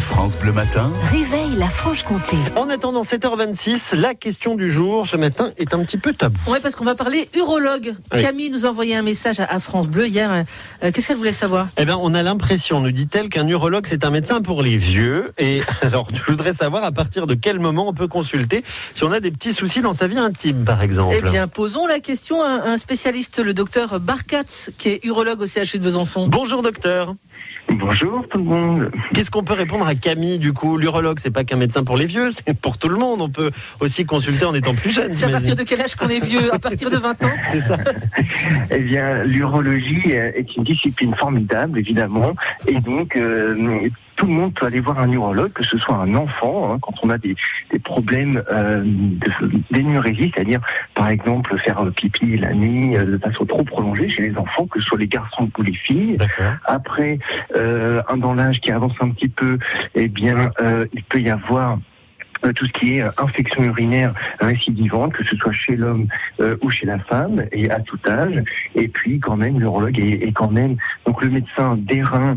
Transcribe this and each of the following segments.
France Bleu Matin. Réveille la Franche-Comté. En attendant 7h26, la question du jour ce matin est un petit peu tabou. Oui, parce qu'on va parler urologue. Oui. Camille nous a envoyé un message à France Bleu hier. Qu'est-ce qu'elle voulait savoir ? Eh bien, on a l'impression, nous dit-elle, qu'un urologue, c'est un médecin pour les vieux. Et alors, je voudrais savoir à partir de quel moment on peut consulter si on a des petits soucis dans sa vie intime, par exemple. Eh bien, posons la question à un spécialiste, le docteur Barkatz, qui est urologue au CHU de Besançon. Bonjour docteur. Bonjour tout le monde. Qu'est-ce qu'on peut répondre à Camille du coup ? L'urologue, c'est pas qu'un médecin pour les vieux, c'est pour tout le monde. On peut aussi consulter en étant plus jeune. C'est à partir de quel âge qu'on est vieux ? À partir de 20 ans ? C'est ça. Eh bien, l'urologie est une discipline formidable, évidemment, et donc tout le monde peut aller voir un urologue, que ce soit un enfant, quand on a des problèmes d'énurésie, c'est-à-dire par exemple faire pipi la nuit de façon trop prolongée chez les enfants, que ce soit les garçons ou les filles. D'accord. Après, dans l'âge qui avance un petit peu, eh bien, il peut y avoir tout ce qui est infection urinaire récidivante, que ce soit chez l'homme ou chez la femme, et à tout âge. Et puis, quand même, l'urologue est quand même donc le médecin des reins,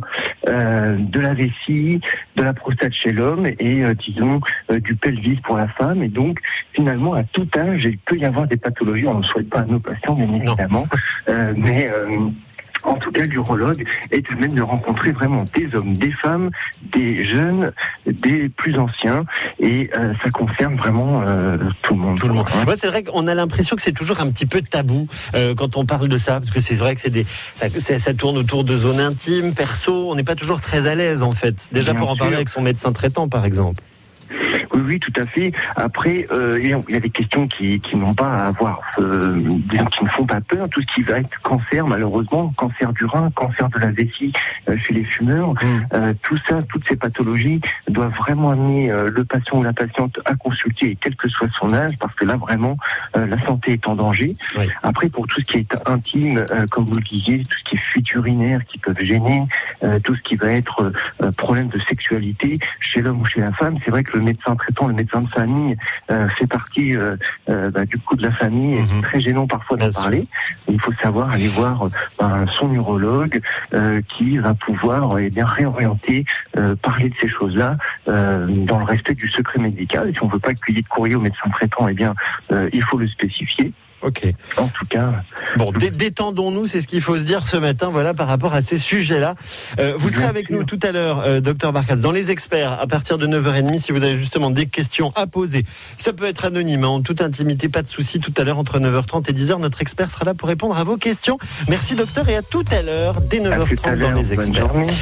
de la vessie, de la prostate chez l'homme, et disons du pelvis pour la femme. Et donc, finalement, à tout âge, il peut y avoir des pathologies. On ne souhaite pas à nos patients, bien évidemment, mais en tout cas, l'urologue est à même de rencontrer vraiment des hommes, des femmes, des jeunes, des plus anciens, et ça concerne vraiment tout le monde. Tout le monde. Ouais, c'est vrai qu'on a l'impression que c'est toujours un petit peu tabou quand on parle de ça, parce que c'est vrai que ça tourne autour de zones intimes, perso. On n'est pas toujours très à l'aise en fait. Déjà pour en parler avec son médecin traitant, par exemple. Oui, tout à fait. Après, il y a des questions qui n'ont pas à avoir, disons, qui ne font pas peur. Tout ce qui va être cancer, malheureusement, cancer du rein, cancer de la vessie chez les fumeurs, tout ça, toutes ces pathologies doivent vraiment amener le patient ou la patiente à consulter, quel que soit son âge, parce que là, vraiment, la santé est en danger. Oui. Après, pour tout ce qui est intime, comme vous le disiez, tout ce qui est fuite urinaire qui peuvent gêner, tout ce qui va être problème de sexualité chez l'homme ou chez la femme, c'est vrai que le médecin traitant, le médecin de famille fait partie du coup de la famille, et c'est très gênant parfois d'en parler. Il faut savoir aller voir son urologue qui va pouvoir réorienter, parler de ces choses-là dans le respect du secret médical. Et si on ne veut pas qu'il y ait de courrier au médecin traitant, il faut le spécifier. Ok. En tout cas. Bon, détendons-nous, c'est ce qu'il faut se dire ce matin, voilà, par rapport à ces sujets-là. Vous serez avec nous tout à l'heure, docteur Barkatz, dans les experts, à partir de 9h30, si vous avez justement des questions à poser. Ça peut être anonyme, en toute intimité, pas de souci. Tout à l'heure, entre 9h30 et 10h, notre expert sera là pour répondre à vos questions. Merci, docteur, et à tout à l'heure, dès 9h30 dans les experts.